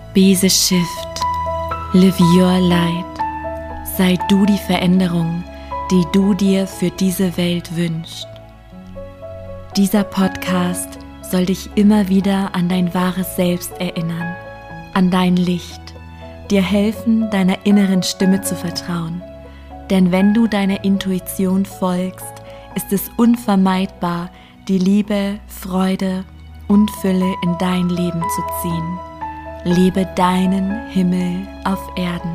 Be the shift. Live your light. Sei du die Veränderung, die du dir für diese Welt wünschst. Dieser Podcast soll dich immer wieder an dein wahres Selbst erinnern, an dein Licht, dir helfen, deiner inneren Stimme zu vertrauen. Denn wenn du deiner Intuition folgst, ist es unvermeidbar, die Liebe, Freude und Fülle in dein Leben zu ziehen. Lebe deinen Himmel auf Erden.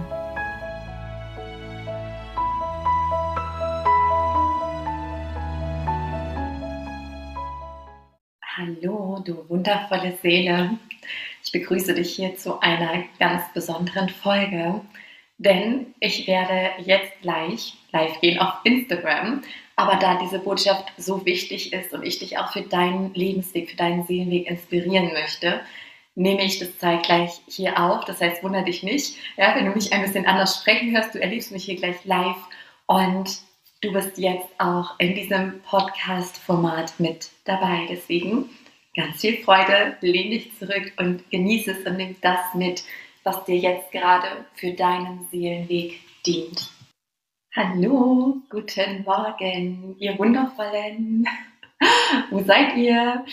Hallo, du wundervolle Seele. Ich begrüße dich hier zu einer ganz besonderen Folge, denn ich werde jetzt gleich live gehen auf Instagram. Aber da diese Botschaft so wichtig ist und ich dich auch für deinen Lebensweg, für deinen Seelenweg inspirieren möchte, nehme ich das zeitgleich hier auf. Das heißt, wundere dich nicht, ja, wenn du mich ein bisschen anders sprechen hörst. Du erlebst mich hier gleich live und du bist jetzt auch in diesem Podcast-Format mit dabei. Deswegen ganz viel Freude, lehn dich zurück und genieße es und nimm das mit, was dir jetzt gerade für deinen Seelenweg dient. Hallo, guten Morgen, ihr Wundervollen. Wo seid ihr?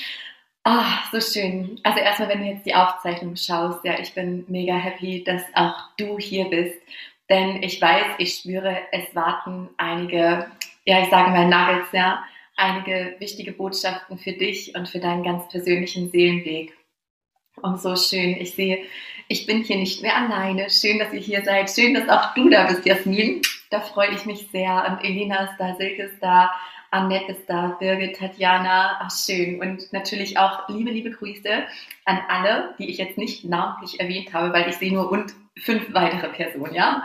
So schön. Also erstmal, wenn du jetzt die Aufzeichnung schaust, ja, ich bin mega happy, dass auch du hier bist, denn ich weiß, ich spüre, es warten einige, ja, ich sage mal Nuggets, ja, einige wichtige Botschaften für dich und für deinen ganz persönlichen Seelenweg. Und so schön, ich sehe, ich bin hier nicht mehr alleine. Schön, dass ihr hier seid. Schön, dass auch du da bist, Jasmin. Da freue ich mich sehr. Und Elina ist da, Silke ist da, Annette ist da, Birgit, Tatjana, ach schön. Und natürlich auch liebe Grüße an alle, die ich jetzt nicht namentlich erwähnt habe, weil ich sehe nur 5 weitere Personen, ja.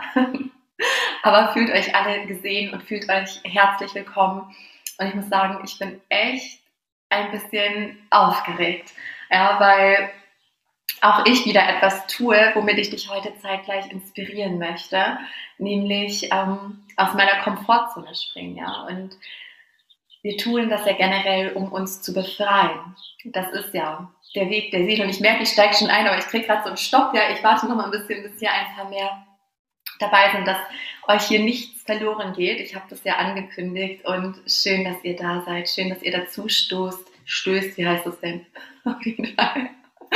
Aber fühlt euch alle gesehen und fühlt euch herzlich willkommen. Und ich muss sagen, ich bin echt ein bisschen aufgeregt, ja, weil auch ich wieder etwas tue, womit ich dich heute zeitgleich inspirieren möchte, nämlich aus meiner Komfortzone springen, ja. Und wir tun das ja generell, um uns zu befreien. Das ist ja der Weg der Seele. Und ich merke, ich steige schon ein, aber ich kriege gerade so einen Stopp. Ja, ich warte noch mal ein bisschen, bis hier ein paar mehr dabei sind, dass euch hier nichts verloren geht. Ich habe das ja angekündigt und schön, dass ihr da seid. Schön, dass ihr dazu stößt. Wie heißt das denn? Auf jeden Fall.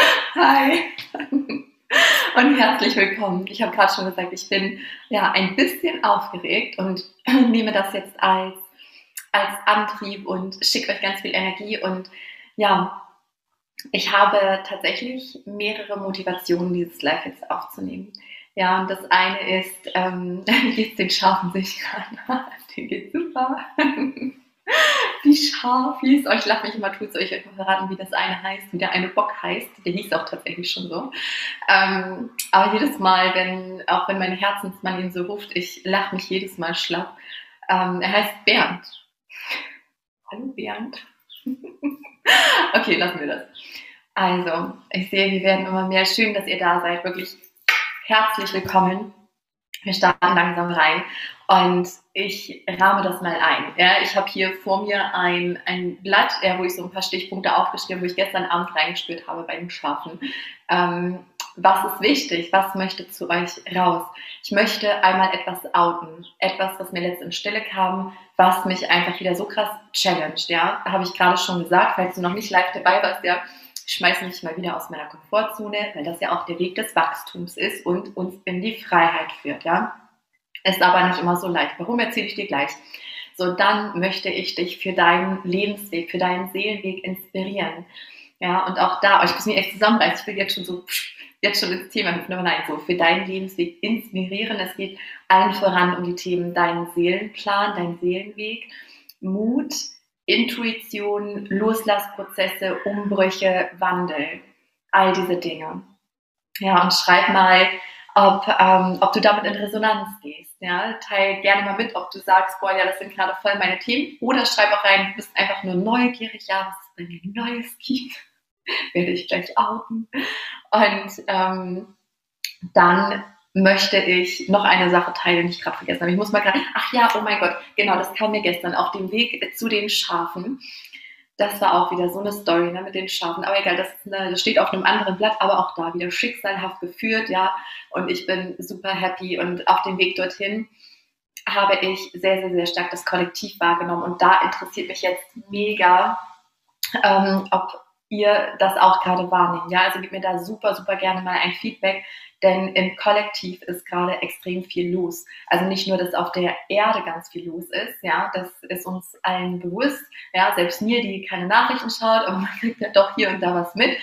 Hi. Und herzlich willkommen. Ich habe gerade schon gesagt, ich bin ja ein bisschen aufgeregt und nehme das jetzt als Antrieb und schicke euch ganz viel Energie. Und ja, ich habe tatsächlich mehrere Motivationen, dieses Live jetzt aufzunehmen. Ja, und das eine ist, wie geht's den Schafen sich gerade? Den geht's super. Die Schafis, ich lache mich immer, tut euch mal verraten, wie das eine heißt, wie der eine Bock heißt. Der hieß auch tatsächlich schon so. Aber jedes Mal, auch wenn mein Herzensmann ihn so ruft, ich lache mich jedes Mal schlapp. Er heißt Bernd. Hallo Bernd. Okay, lassen wir das. Also, ich sehe, wir werden immer mehr. Schön, dass ihr da seid. Wirklich herzlich willkommen. Wir starten langsam rein und ich rahme das mal ein. Ja, ich habe hier vor mir ein Blatt, wo ich so ein paar Stichpunkte aufgeschrieben habe, wo ich gestern Abend reingespürt habe bei den Schafen. Was ist wichtig? Was möchte zu euch raus? Ich möchte einmal etwas outen. Etwas, was mir letztens in Stille kam, was mich einfach wieder so krass challenged. Ja, habe ich gerade schon gesagt, falls du noch nicht live dabei warst, ja, ich schmeiße mich mal wieder aus meiner Komfortzone, weil das ja auch der Weg des Wachstums ist und uns in die Freiheit führt, ja. Ist aber nicht immer so leicht. Warum, erzähle ich dir gleich. So, dann möchte ich dich für deinen Lebensweg, für deinen Seelenweg inspirieren. Ja, und auch da, ich muss mich echt zusammenreißen, ich will jetzt schon ins Thema hüpfen, aber nein, so, für deinen Lebensweg inspirieren. Es geht allen voran um die Themen deinen Seelenplan, deinen Seelenweg, Mut, Intuition, Loslassprozesse, Umbrüche, Wandel, all diese Dinge. Ja, und schreib mal, ob du damit in Resonanz gehst. Ja? Teil gerne mal mit, ob du sagst, boah, ja, das sind gerade voll meine Themen. Oder schreib auch rein, du bist einfach nur neugierig, ja, was es bei mir Neues gibt. Werde ich gleich outen. Und dann möchte ich noch eine Sache teilen, die ich gerade vergessen habe. Ich muss mal gerade, ach ja, oh mein Gott, genau, das kam mir gestern auf dem Weg zu den Schafen. das war auch wieder so eine Story, ne, mit den Schafen. Aber egal, das steht auf einem anderen Blatt, aber auch da wieder schicksalhaft geführt, ja. Und ich bin super happy. Und auf dem Weg dorthin habe ich sehr, sehr, sehr stark das Kollektiv wahrgenommen. Und da interessiert mich jetzt mega, ob ihr das auch gerade wahrnehmt. Ja, also gebt mir da super, super gerne mal ein Feedback, denn im Kollektiv ist gerade extrem viel los. Also nicht nur, dass auf der Erde ganz viel los ist, ja, das ist uns allen bewusst, ja, selbst mir, die keine Nachrichten schaut, aber man kriegt ja doch hier und da was mit.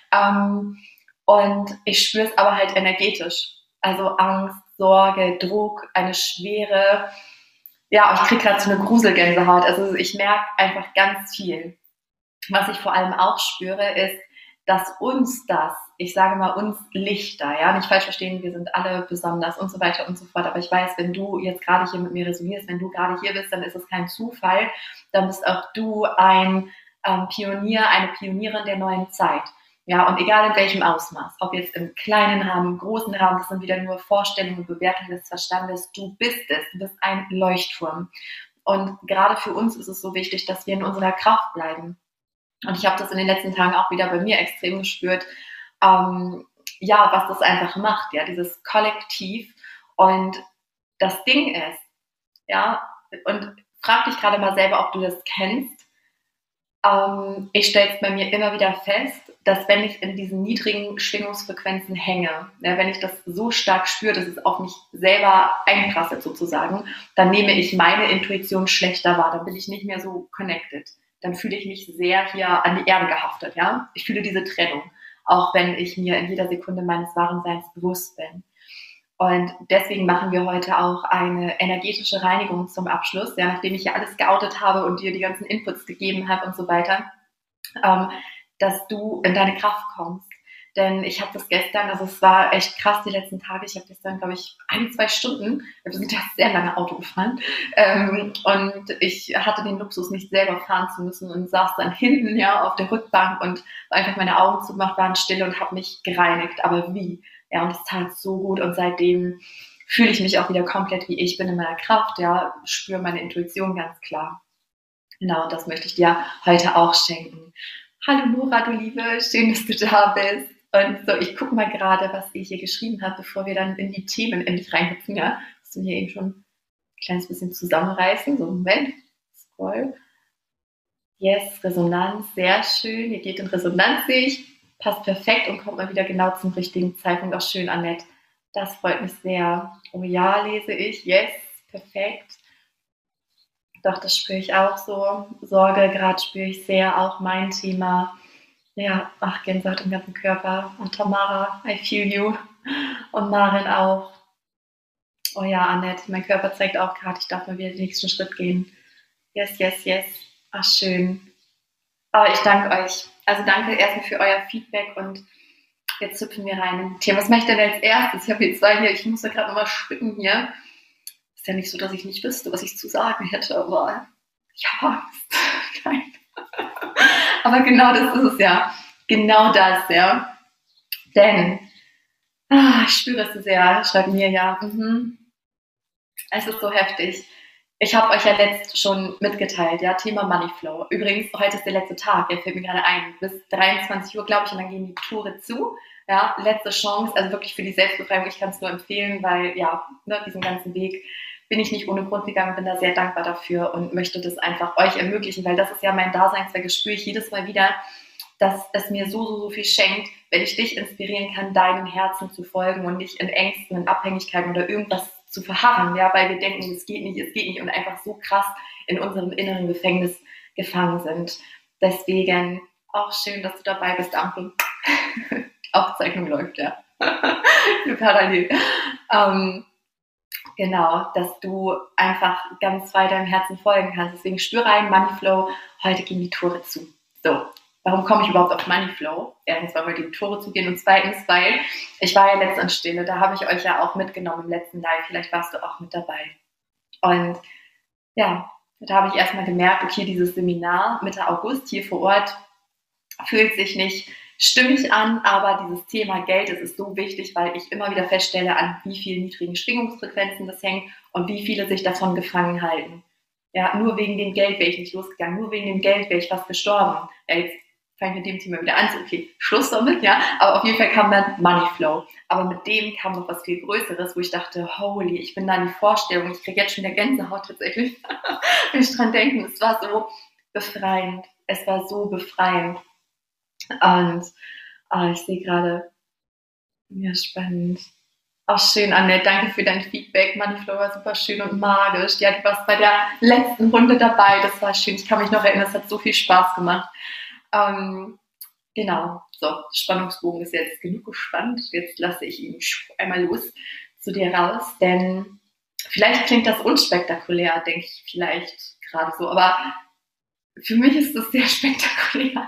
Und ich spüre es aber halt energetisch. Also Angst, Sorge, Druck, eine Schwere. Ja, ich kriege gerade so eine Gruselgänsehaut. Also ich merke einfach ganz viel. Was ich vor allem auch spüre, ist, dass uns das, ich sage mal uns Lichter, ja, nicht falsch verstehen, wir sind alle besonders und so weiter und so fort, aber ich weiß, wenn du jetzt gerade hier mit mir resonierst, wenn du gerade hier bist, dann ist es kein Zufall, dann bist auch du ein Pionier, eine Pionierin der neuen Zeit. Ja, und egal in welchem Ausmaß, ob jetzt im kleinen Rahmen, im großen Rahmen, das sind wieder nur Vorstellungen und Bewertungen des Verstandes, du bist es, du bist ein Leuchtturm. Und gerade für uns ist es so wichtig, dass wir in unserer Kraft bleiben. Und ich habe das in den letzten Tagen auch wieder bei mir extrem gespürt, ja, was das einfach macht, ja, dieses Kollektiv. Und das Ding ist, ja, und frag dich gerade mal selber, ob du das kennst. Ich stelle es bei mir immer wieder fest, dass wenn ich in diesen niedrigen Schwingungsfrequenzen hänge, ja, wenn ich das so stark spüre, dass es auf mich selber einprasselt sozusagen, dann nehme ich meine Intuition schlechter wahr, dann bin ich nicht mehr so connected. Dann fühle ich mich sehr hier an die Erde gehaftet. Ja? Ich fühle diese Trennung, auch wenn ich mir in jeder Sekunde meines wahren Seins bewusst bin. Und deswegen machen wir heute auch eine energetische Reinigung zum Abschluss, ja, nachdem ich hier alles geoutet habe und dir die ganzen Inputs gegeben habe und so weiter, dass du in deine Kraft kommst. Denn ich habe das gestern, also es war echt krass die letzten Tage, ich habe gestern, glaube ich, 2 Stunden, wir sind ja sehr lange Auto gefahren, und ich hatte den Luxus, nicht selber fahren zu müssen und saß dann hinten, ja, auf der Rückbank und einfach meine Augen zugemacht, waren still und habe mich gereinigt, aber wie? Ja, und es tat so gut und seitdem fühle ich mich auch wieder komplett wie ich bin in meiner Kraft, ja, spüre meine Intuition ganz klar. Genau, das möchte ich dir heute auch schenken. Hallo Nora, du Liebe, schön, dass du da bist. Und so, ich gucke mal gerade, was ihr hier geschrieben habt, bevor wir dann in die Themen endlich reinhüpfen. Ja, musst du hier eben schon ein kleines bisschen zusammenreißen. So, Moment, scroll. Yes, Resonanz, sehr schön. Ihr geht in Resonanz, sehe ich. Passt perfekt und kommt mal wieder genau zum richtigen Zeitpunkt. Auch schön, Annette. Das freut mich sehr. Oh ja, lese ich. Yes, perfekt. Doch, das spüre ich auch so. Sorge, gerade spüre ich sehr, auch mein Thema. Ja, ach, Gänsehaut im ganzen Körper. Und Tamara, I feel you. Und Marin auch. Oh ja, Annette, mein Körper zeigt auch gerade, ich darf mal wieder den nächsten Schritt gehen. Yes, yes, yes. Ach, schön. Oh, ich danke euch. Also danke erstmal für euer Feedback und jetzt hüpfen wir rein in Thema. Was mache ich denn als erstes? Ich habe hier 2 hier, ich muss da gerade nochmal spicken hier. Ist ja nicht so, dass ich nicht wüsste, was ich zu sagen hätte, aber ich habe Angst. Nein. Aber genau das ist es ja. Genau das, ja. Denn, ich spüre es so sehr, schreibt mir ja. Es ist so heftig. Ich habe euch ja letzt schon mitgeteilt, ja, Thema Moneyflow. Übrigens, heute ist der letzte Tag, der fällt mir gerade ein. Bis 23 Uhr, glaube ich, und dann gehen die Tore zu. Ja, letzte Chance, also wirklich für die Selbstbefreiung. Ich kann es nur empfehlen, weil, ja, ne, diesen ganzen Weg bin ich nicht ohne Grund gegangen, bin da sehr dankbar dafür und möchte das einfach euch ermöglichen, weil das ist ja mein Daseinszweck, das spüre ich jedes Mal wieder, dass es mir so, so, so viel schenkt, wenn ich dich inspirieren kann, deinem Herzen zu folgen und nicht in Ängsten, in Abhängigkeiten oder irgendwas zu verharren, ja, weil wir denken, es geht nicht und einfach so krass in unserem inneren Gefängnis gefangen sind. Deswegen auch schön, dass du dabei bist, Ampel. Die Aufzeichnung läuft, ja. Parallel. Genau, dass du einfach ganz frei deinem Herzen folgen kannst. Deswegen spüre rein, Moneyflow, heute gehen die Tore zu. So, warum komme ich überhaupt auf Moneyflow? Erstens, weil heute die Tore zugehen und zweitens, weil ich war ja letzt an Stille, da habe ich euch ja auch mitgenommen im letzten Live, vielleicht warst du auch mit dabei. Und ja, da habe ich erstmal gemerkt, okay, dieses Seminar Mitte August hier vor Ort fühlt sich nicht stimmig an, aber dieses Thema Geld, das ist so wichtig, weil ich immer wieder feststelle, an wie vielen niedrigen Schwingungsfrequenzen das hängt und wie viele sich davon gefangen halten. Ja, nur wegen dem Geld wäre ich nicht losgegangen, nur wegen dem Geld wäre ich fast gestorben. Ja, jetzt fange ich mit dem Thema wieder an, so, okay, Schluss damit, ja, aber auf jeden Fall kam dann Money Flow. Aber mit dem kam noch was viel Größeres, wo ich dachte, holy, ich bin da in die Vorstellung, ich kriege jetzt schon wieder Gänsehaut tatsächlich, wenn ich dran denke, es war so befreiend, es war so befreiend. Und ich sehe gerade, ja, spannend. Auch schön, Annette. Danke für dein Feedback. Moneyflow war super schön und magisch. Ja, du warst bei der letzten Runde dabei. Das war schön. Ich kann mich noch erinnern, es hat so viel Spaß gemacht. Genau. So, der Spannungsbogen ist jetzt genug gespannt. Jetzt lasse ich ihn einmal los zu dir raus, denn vielleicht klingt das unspektakulär, denke ich vielleicht gerade so, aber für mich ist das sehr spektakulär,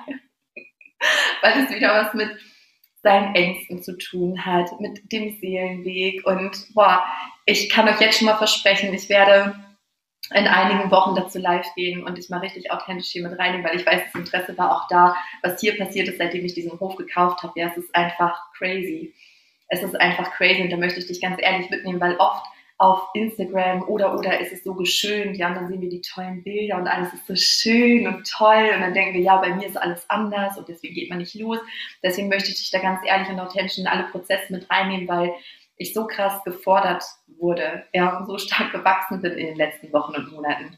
weil es wieder was mit seinen Ängsten zu tun hat, mit dem Seelenweg. Und ich kann euch jetzt schon mal versprechen, ich werde in einigen Wochen dazu live gehen und dich mal richtig authentisch hier mit reinnehmen, weil ich weiß, das Interesse war auch da, was hier passiert ist, seitdem ich diesen Hof gekauft habe. Ja, es ist einfach crazy. Es ist einfach crazy und da möchte ich dich ganz ehrlich mitnehmen, weil oft auf Instagram oder ist es so geschönt, ja, und dann sehen wir die tollen Bilder und alles ist so schön und toll und dann denken wir, ja, bei mir ist alles anders und deswegen geht man nicht los. Deswegen möchte ich dich da ganz ehrlich und authentisch in alle Prozesse mit reinnehmen, weil ich so krass gefordert wurde, ja, und so stark gewachsen bin in den letzten Wochen und Monaten.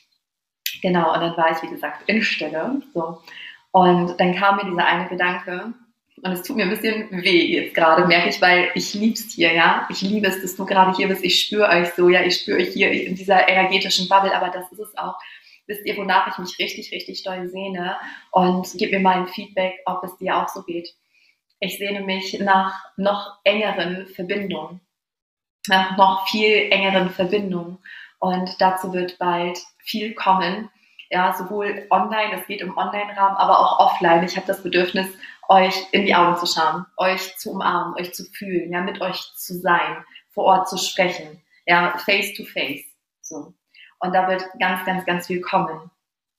Genau, und dann war ich, wie gesagt, in Stille, so. Und dann kam mir dieser eine Gedanke, und es tut mir ein bisschen weh jetzt gerade, merke ich, weil ich liebe es hier, ja. Ich liebe es, dass du gerade hier bist. Ich spüre euch so, ja. Ich spüre euch hier in dieser energetischen Bubble, aber das ist es auch. Wisst ihr, wonach ich mich richtig, richtig doll sehne? Und gib mir mal ein Feedback, ob es dir auch so geht. Ich sehne mich nach noch engeren Verbindungen, nach noch viel engeren Verbindungen. Und dazu wird bald viel kommen. Ja, sowohl online, es geht im Online-Rahmen, aber auch offline. Ich habe das Bedürfnis, euch in die Augen zu schauen, euch zu umarmen, euch zu fühlen, ja, mit euch zu sein, vor Ort zu sprechen, ja, face to face. So. Und da wird ganz, ganz, ganz viel kommen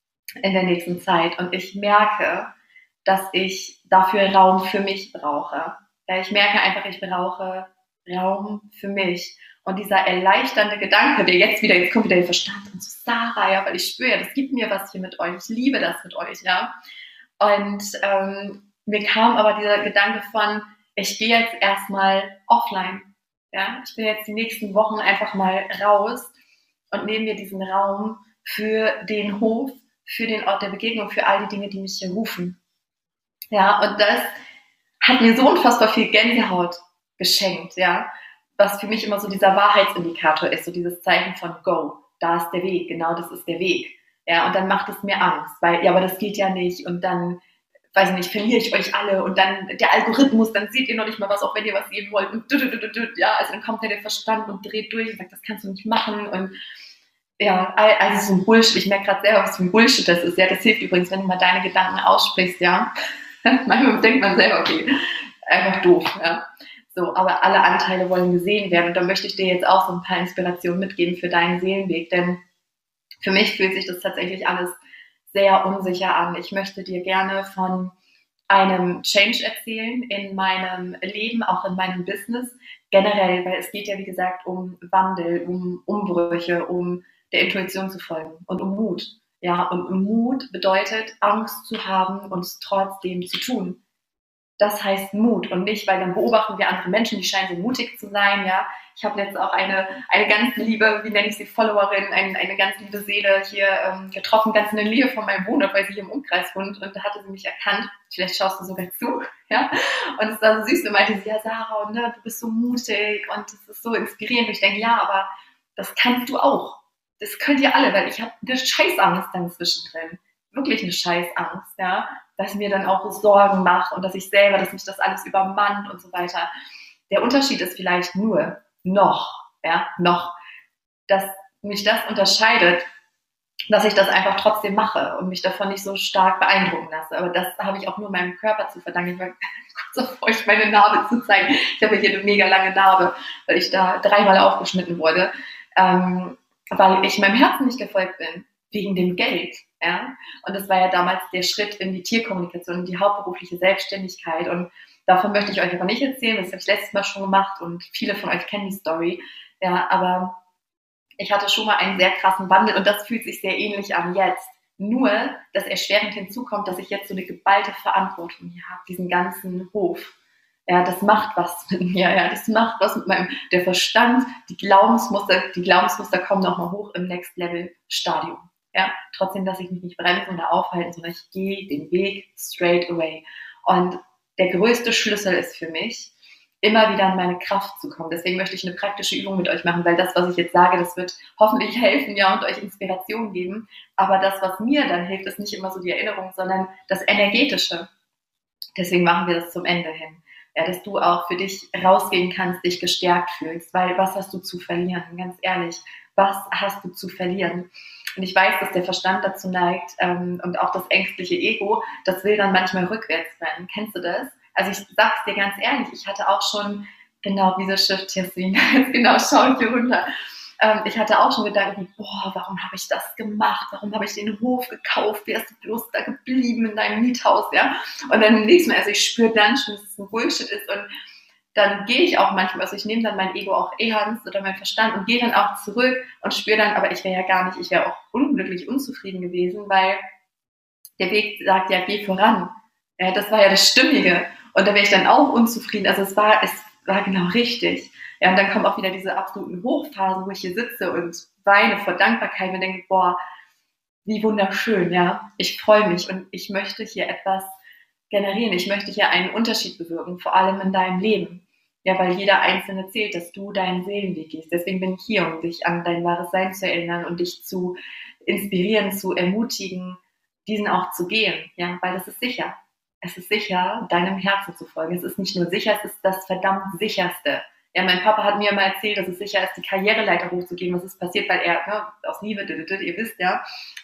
in der nächsten Zeit. Und ich merke, dass ich dafür Raum für mich brauche. Ja, ich merke einfach, ich brauche Raum für mich. Und dieser erleichternde Gedanke, der jetzt kommt wieder der Verstand und so, Sarah, ja, weil ich spüre, das gibt mir was hier mit euch. Ich liebe das mit euch, ja. Und mir kam aber dieser Gedanke von, ich gehe jetzt erstmal offline. Ja, ich bin jetzt die nächsten Wochen einfach mal raus und nehme mir diesen Raum für den Hof, für den Ort der Begegnung, für all die Dinge, die mich hier rufen. Ja, und das hat mir so unfassbar viel Gänsehaut geschenkt, ja, was für mich immer so dieser Wahrheitsindikator ist, so dieses Zeichen von Go, da ist der Weg, genau das ist der Weg. Ja, und dann macht es mir Angst, weil, ja, aber das geht ja nicht und dann, weiß ich nicht, verliere ich euch alle und dann der Algorithmus, dann seht ihr noch nicht mal was, auch wenn ihr was sehen wollt und ja, also dann kommt der Verstand und dreht durch und sagt, das kannst du nicht machen und ja, also so ein Bullshit, ich merke gerade selber, was für ein Bullshit das ist, ja, das hilft übrigens, wenn du mal deine Gedanken aussprichst, ja, manchmal denkt man selber, okay, einfach doof, ja. So, aber alle Anteile wollen gesehen werden. Und da möchte ich dir jetzt auch so ein paar Inspirationen mitgeben für deinen Seelenweg, denn für mich fühlt sich das tatsächlich alles sehr unsicher an. Ich möchte dir gerne von einem Change erzählen in meinem Leben, auch in meinem Business, generell, weil es geht ja, wie gesagt, um Wandel, um Umbrüche, um der Intuition zu folgen und um Mut. Ja, und Mut bedeutet, Angst zu haben und es trotzdem zu tun. Das heißt Mut und nicht, weil dann beobachten wir andere Menschen, die scheinen so mutig zu sein, ja. Ich habe jetzt auch eine ganz liebe, wie nenne ich sie, Followerin, eine ganz liebe Seele hier getroffen, ganz in der Nähe von meinem Wohnort, weil sie hier im Umkreis wohnt und da hatte sie mich erkannt. Vielleicht schaust du sogar zu, ja. Und es war so süß, und meinte sie, ja Sarah, und, ne, du bist so mutig und es ist so inspirierend. Und ich denke, ja, aber das kannst du auch. Das könnt ihr alle, weil ich habe eine Scheißangst dann zwischendrin. Wirklich eine Scheißangst, ja, dass ich mir dann auch Sorgen mache und dass mich das alles übermannt und so weiter. Der Unterschied ist vielleicht nur noch, dass mich das unterscheidet, dass ich das einfach trotzdem mache und mich davon nicht so stark beeindrucken lasse. Aber das habe ich auch nur meinem Körper zu verdanken. Ich war kurz davor, euch meine Narbe zu zeigen. Ich habe hier eine mega lange Narbe, weil ich da 3-mal aufgeschnitten wurde, weil ich meinem Herzen nicht gefolgt bin, wegen dem Geld. Ja? Und das war ja damals der Schritt in die Tierkommunikation, in die hauptberufliche Selbstständigkeit. Und davon möchte ich euch aber nicht erzählen, das habe ich letztes Mal schon gemacht und viele von euch kennen die Story. Ja, aber ich hatte schon mal einen sehr krassen Wandel und das fühlt sich sehr ähnlich an jetzt. Nur, dass erschwerend hinzukommt, dass ich jetzt so eine geballte Verantwortung hier habe, diesen ganzen Hof. Ja, das macht was mit mir, ja, das macht was mit der Verstand, die Glaubensmuster kommen nochmal hoch im Next Level Stadium. Ja, trotzdem lasse ich mich nicht bremsen oder aufhalten, sondern ich gehe den Weg straight away. Und der größte Schlüssel ist für mich, immer wieder in meine Kraft zu kommen. Deswegen möchte ich eine praktische Übung mit euch machen, weil das, was ich jetzt sage, das wird hoffentlich helfen, ja, und euch Inspiration geben. Aber das, was mir dann hilft, ist nicht immer so die Erinnerung, sondern das Energetische. Deswegen machen wir das zum Ende hin. Ja, dass du auch für dich rausgehen kannst, dich gestärkt fühlst, weil was hast du zu verlieren? Ganz ehrlich, was hast du zu verlieren? Und ich weiß, dass der Verstand dazu neigt und auch das ängstliche Ego, das will dann manchmal rückwärts rennen. Kennst du das? Also ich sag's dir ganz ehrlich, ich hatte auch schon, genau, wie das Shift hier sehen, genau, schau hier runter. Ich hatte auch schon Gedanken, boah, warum habe ich das gemacht? Warum habe ich den Hof gekauft? Wärst du bloß da geblieben in deinem Miethaus, ja? Und dann nächstes Mal, also ich spüre dann schon, dass es ein Bullshit ist und dann gehe ich auch manchmal, also ich nehme dann mein Ego auch ernst oder mein Verstand und gehe dann auch zurück und spüre dann, aber ich wäre ja gar nicht, ich wäre auch unglücklich, unzufrieden gewesen, weil der Weg sagt ja, geh voran. Ja, das war ja das Stimmige. Und da wäre ich dann auch unzufrieden. Also es war genau richtig. Ja, und dann kommen auch wieder diese absoluten Hochphasen, wo ich hier sitze und weine vor Dankbarkeit und denke, boah, wie wunderschön, ja. Ich freue mich und ich möchte hier etwas generieren. Ich möchte hier einen Unterschied bewirken, vor allem in deinem Leben. Ja, weil jeder Einzelne zählt, dass du deinen Seelenweg gehst. Deswegen bin ich hier, um dich an dein wahres Sein zu erinnern und dich zu inspirieren, zu ermutigen, diesen auch zu gehen. Ja, weil das ist sicher. Es ist sicher, deinem Herzen zu folgen. Es ist nicht nur sicher, es ist das verdammt sicherste. Ja, mein Papa hat mir mal erzählt, dass es sicher ist, die Karriereleiter hochzugehen. Was ist passiert, weil er, aus Liebe, ihr wisst ja,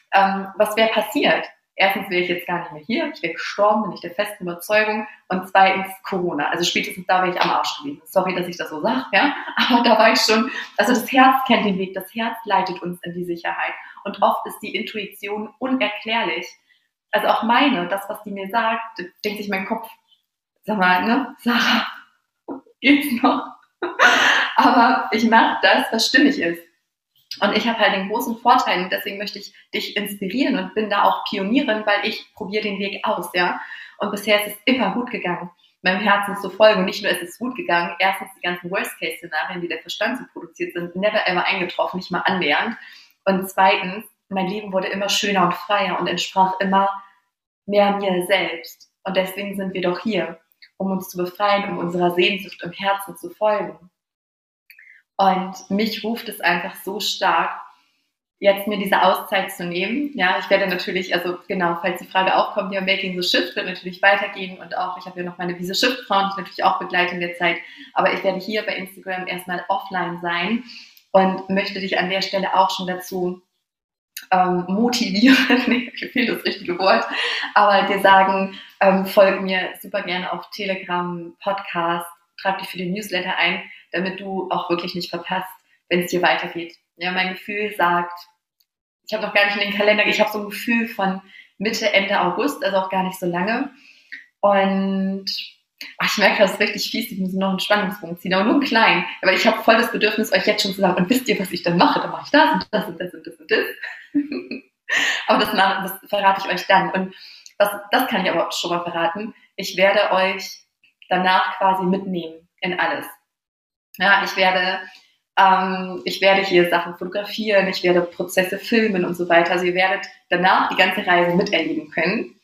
was wäre passiert? Erstens wäre ich jetzt gar nicht mehr hier, ich wäre gestorben, bin ich der festen Überzeugung. Und zweitens Corona. Also spätestens da wäre ich am Arsch gewesen. Sorry, dass ich das so sage, ja, aber da war ich schon, also das Herz kennt den Weg, das Herz leitet uns in die Sicherheit. Und oft ist die Intuition unerklärlich. Also auch meine, das, was die mir sagt, denkt sich mein Kopf, sag mal, ne, Sarah, geht's noch? Aber ich mache das, was stimmig ist. Und ich habe halt den großen Vorteil und deswegen möchte ich dich inspirieren und bin da auch Pionierin, weil ich probiere den Weg aus, ja. Und bisher ist es immer gut gegangen, meinem Herzen zu folgen. Und nicht nur ist es gut gegangen, erstens die ganzen Worst-Case-Szenarien, die der Verstand so produziert sind, never ever eingetroffen, nicht mal annähernd. Und zweitens, mein Leben wurde immer schöner und freier und entsprach immer mehr mir selbst. Und deswegen sind wir doch hier, um uns zu befreien, um unserer Sehnsucht im Herzen zu folgen. Und mich ruft es einfach so stark, jetzt mir diese Auszeit zu nehmen. Ja, ich werde natürlich, also genau, falls die Frage aufkommt, ja, Making the Shift wird natürlich weitergehen und auch, ich habe ja noch meine Wiese Shift-Frauen, die ich natürlich auch begleite in der Zeit, aber ich werde hier bei Instagram erstmal offline sein und möchte dich an der Stelle auch schon dazu motivieren, mir fehlt das richtige Wort, aber dir sagen, folge mir super gerne auf Telegram, Podcast, trag dich für den Newsletter ein, damit du auch wirklich nicht verpasst, wenn es hier weitergeht. Ja, mein Gefühl sagt, ich habe noch gar nicht in den Kalender, ich habe so ein Gefühl von Mitte, Ende August, also auch gar nicht so lange. Und ich merke, das ist richtig fies, ich muss noch einen Spannungsbogen ziehen, aber nur einen kleinen. Aber ich habe voll das Bedürfnis, euch jetzt schon zu sagen, und wisst ihr, was ich dann mache? Dann mache ich das und das und das und das und das. Aber das verrate ich euch dann. Und das kann ich aber schon mal verraten. Ich werde euch danach quasi mitnehmen in alles. Ja, ich werde hier Sachen fotografieren, ich werde Prozesse filmen und so weiter. Also ihr werdet danach die ganze Reise miterleben können.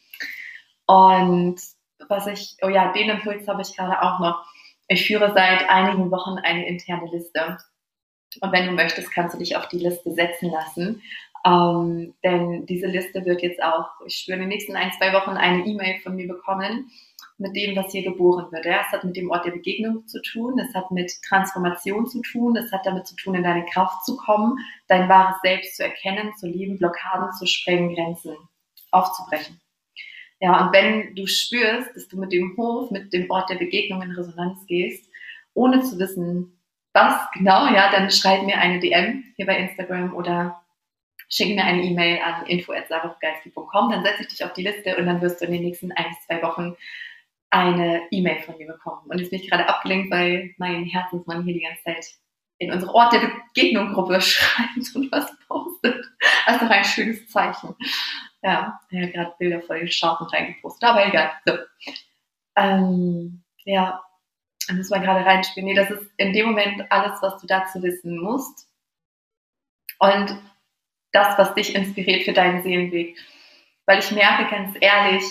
Und den Impuls habe ich gerade auch noch. Ich führe seit einigen Wochen eine interne Liste. Und wenn du möchtest, kannst du dich auf die Liste setzen lassen. Denn diese Liste wird jetzt auch, ich spüre in den nächsten 1-2 Wochen eine E-Mail von mir bekommen, mit dem, was hier geboren wird. Ja, es hat mit dem Ort der Begegnung zu tun, es hat mit Transformation zu tun, es hat damit zu tun, in deine Kraft zu kommen, dein wahres Selbst zu erkennen, zu leben, Blockaden zu sprengen, Grenzen aufzubrechen. Ja, und wenn du spürst, dass du mit dem Hof, mit dem Ort der Begegnung in Resonanz gehst, ohne zu wissen, was genau, ja, dann schreib mir eine DM hier bei Instagram oder schick mir eine E-Mail an info@sarahfugalski.com, dann setze ich dich auf die Liste und dann wirst du in den nächsten 1-2 Wochen eine E-Mail von mir bekommen. Und jetzt bin ich gerade abgelenkt, weil mein Herzensmann hier die ganze Zeit in unsere Ort der Begegnung-Gruppe schreibt und was postet. Das ist doch ein schönes Zeichen. Ja, er hat gerade Bilder voll scharf und reingepostet, aber egal. So. Ja, da muss man gerade reinspielen. Nee, das ist in dem Moment alles, was du dazu wissen musst. Und das, was dich inspiriert für deinen Seelenweg. Weil ich merke ganz ehrlich,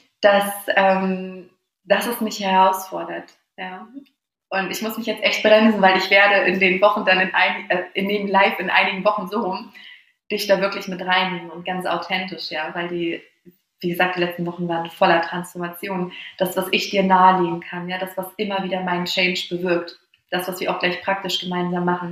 dass es mich herausfordert. Ja. Und ich muss mich jetzt echt bremsen, weil ich werde in den Wochen dann in dem Live in einigen Wochen so rum dich da wirklich mit reinnehmen und ganz authentisch, ja, weil wie gesagt, die letzten Wochen waren voller Transformation. Das, was ich dir nahelegen kann, ja, das, was immer wieder meinen Change bewirkt, das, was wir auch gleich praktisch gemeinsam machen,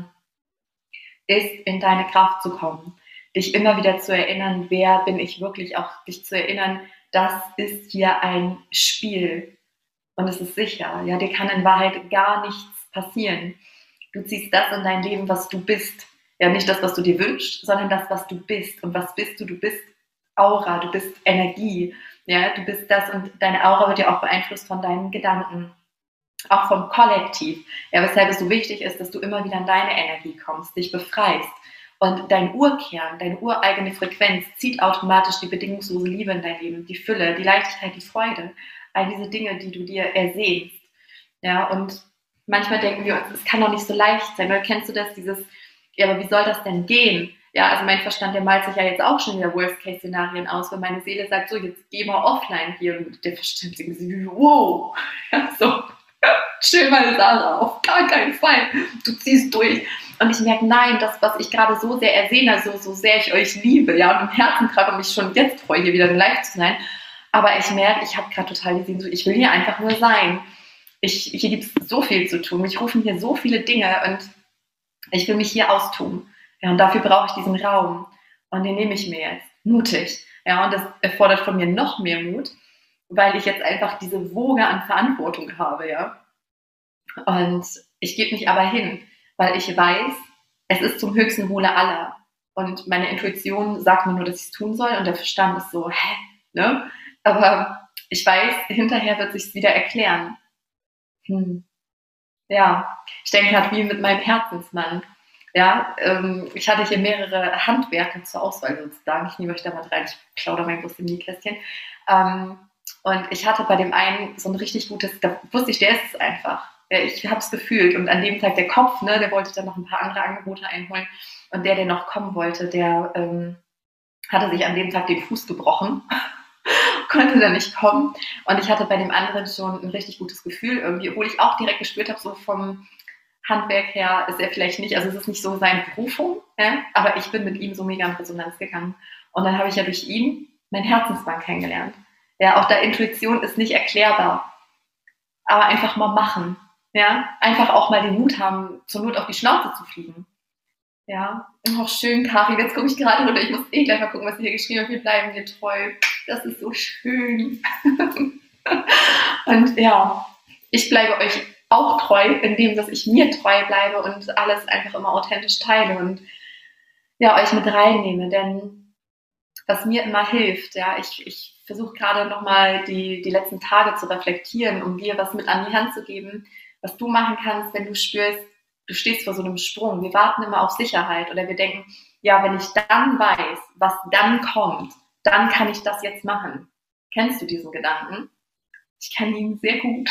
ist, in deine Kraft zu kommen, dich immer wieder zu erinnern, wer bin ich wirklich, auch dich zu erinnern, das ist hier ein Spiel und es ist sicher, ja, dir kann in Wahrheit gar nichts passieren. Du ziehst das in dein Leben, was du bist. Ja, nicht das, was du dir wünschst, sondern das, was du bist. Und was bist du? Du bist Aura, du bist Energie. Ja, du bist das und deine Aura wird ja auch beeinflusst von deinen Gedanken, auch vom Kollektiv. Ja, weshalb es so wichtig ist, dass du immer wieder in deine Energie kommst, dich befreist. Und dein Urkern, deine ureigene Frequenz zieht automatisch die bedingungslose Liebe in dein Leben, die Fülle, die Leichtigkeit, die Freude. All diese Dinge, die du dir ersehnst. Ja, und manchmal denken wir uns, es kann doch nicht so leicht sein. Oder kennst du das, ja, aber wie soll das denn gehen? Ja, also mein Verstand, der malt sich ja jetzt auch schon wieder Worst-Case-Szenarien aus, wenn meine Seele sagt, so, jetzt geh mal offline hier. Und der Verstand denkt sich, wow, ja, so, chill mal, Sarah, auf gar keinen Fall. Du ziehst durch. Und ich merke, nein, das, was ich gerade so sehr ersehne, so sehr ich euch liebe, ja, und im Herzen gerade und mich schon jetzt freue, hier wieder live zu sein. Aber ich merke, ich habe gerade total die Sehnsucht, ich will hier einfach nur sein. Hier gibt es so viel zu tun. Mich rufen hier so viele Dinge und ich will mich hier austun. Ja, und dafür brauche ich diesen Raum. Und den nehme ich mir jetzt. Mutig. Ja, und das erfordert von mir noch mehr Mut, weil ich jetzt einfach diese Woge an Verantwortung habe, ja. Und ich gebe mich aber hin, weil ich weiß, es ist zum höchsten Wohle aller. Und meine Intuition sagt mir nur, dass ich es tun soll und der Verstand ist so, ne? Aber ich weiß, hinterher wird sich wieder erklären. Ja, ich denke gerade wie mit meinem Herzensmann. Ja, ich hatte hier mehrere Handwerker zur Auswahl sozusagen. Ich nehme euch da mal rein, ich plaudere mein großes Nähkästchen. Und ich hatte bei dem einen so ein richtig gutes, da wusste ich, der ist es einfach. Ja, ich habe es gefühlt. Und an dem Tag der Kopf, ne, der wollte dann noch ein paar andere Angebote einholen. Und der noch kommen wollte, der hatte sich an dem Tag den Fuß gebrochen. Konnte dann nicht kommen. Und ich hatte bei dem anderen schon ein richtig gutes Gefühl irgendwie, obwohl ich auch direkt gespürt habe, so vom Handwerk her ist er vielleicht nicht, also es ist nicht so seine Berufung, ja, aber ich bin mit ihm so mega in Resonanz gegangen. Und dann habe ich ja durch ihn mein Herzensmann kennengelernt. Ja, auch da Intuition ist nicht erklärbar, aber einfach mal machen. Ja, einfach auch mal den Mut haben, zur Not auf die Schnauze zu fliegen. Ja, auch schön, Karin, jetzt gucke ich gerade runter, ich muss gleich mal gucken, was sie hier geschrieben hat, wir bleiben dir treu. Das ist so schön. Und ja, ich bleibe euch auch treu, indem dass ich mir treu bleibe und alles einfach immer authentisch teile und ja, euch mit reinnehme, denn was mir immer hilft, ja, ich versuche gerade nochmal die letzten Tage zu reflektieren, um dir was mit an die Hand zu geben, was du machen kannst, wenn du spürst, du stehst vor so einem Sprung. Wir warten immer auf Sicherheit oder wir denken, ja, wenn ich dann weiß, was dann kommt, dann kann ich das jetzt machen. Kennst du diesen Gedanken? Ich kenne ihn sehr gut.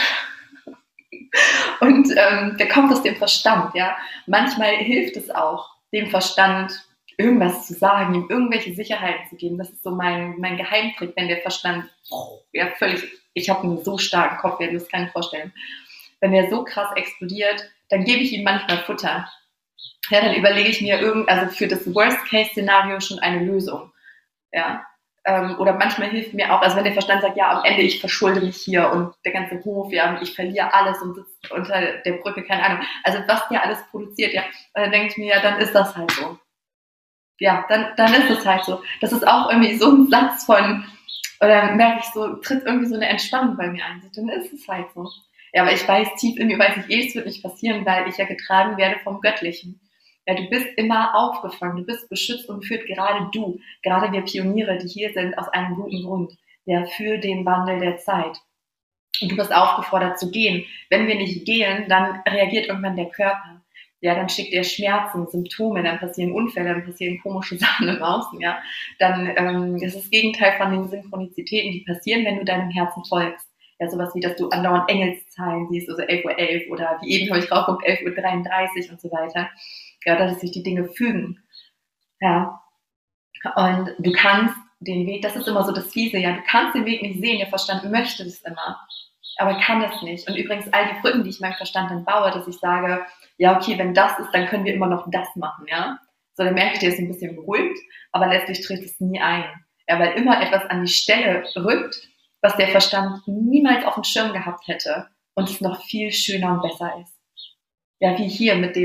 Und der kommt aus dem Verstand, ja. Manchmal hilft es auch, dem Verstand irgendwas zu sagen, ihm irgendwelche Sicherheiten zu geben. Das ist so mein Geheimtrick, wenn der Verstand, ja, völlig, ich habe einen so starken Kopf, ihr das kann ich vorstellen. Wenn der so krass explodiert, dann gebe ich ihm manchmal Futter. Ja, dann überlege ich mir also für das Worst-Case-Szenario schon eine Lösung. Ja. Oder manchmal hilft mir auch, also wenn der Verstand sagt, ja, am Ende ich verschulde mich hier und der ganze Hof, ja, und ich verliere alles und sitze unter der Brücke, keine Ahnung. Also was der alles produziert, ja. Und dann denke ich mir, ja, dann ist das halt so. Ja, dann ist es halt so. Das ist auch irgendwie so ein Satz von, oder merke ich so, tritt irgendwie so eine Entspannung bei mir ein. So, dann ist es halt so. Ja, aber ich weiß tief in mir, weiß ich, es wird nicht passieren, weil ich ja getragen werde vom Göttlichen. Ja, du bist immer aufgefangen, du bist beschützt und führt gerade wir Pioniere, die hier sind, aus einem guten Grund, ja, für den Wandel der Zeit. Und du bist aufgefordert zu gehen. Wenn wir nicht gehen, dann reagiert irgendwann der Körper. ja, dann schickt er Schmerzen, Symptome, dann passieren Unfälle, dann passieren komische Sachen im Außen, ja. Dann ist das Gegenteil von den Synchronizitäten, die passieren, wenn du deinem Herzen folgst. Ja, sowas wie, dass du andauernd Engelszahlen siehst, also 11:11 Uhr oder wie eben habe ich draufgeguckt, 11:33 Uhr und so weiter. Ja, dass sich die Dinge fügen. Ja. Und du kannst den Weg, das ist immer so das Fiese, ja, du kannst den Weg nicht sehen, der Verstand möchte das immer, aber kann das nicht. Und übrigens all die Brücken, die ich meinem Verstand dann baue, dass ich sage, ja, okay, wenn das ist, dann können wir immer noch das machen, ja. So, dann merke ich, der ist ein bisschen beruhigt, aber letztlich tritt es nie ein. Ja, weil immer etwas an die Stelle rückt, was der Verstand niemals auf dem Schirm gehabt hätte und es noch viel schöner und besser ist. Ja, wie hier mit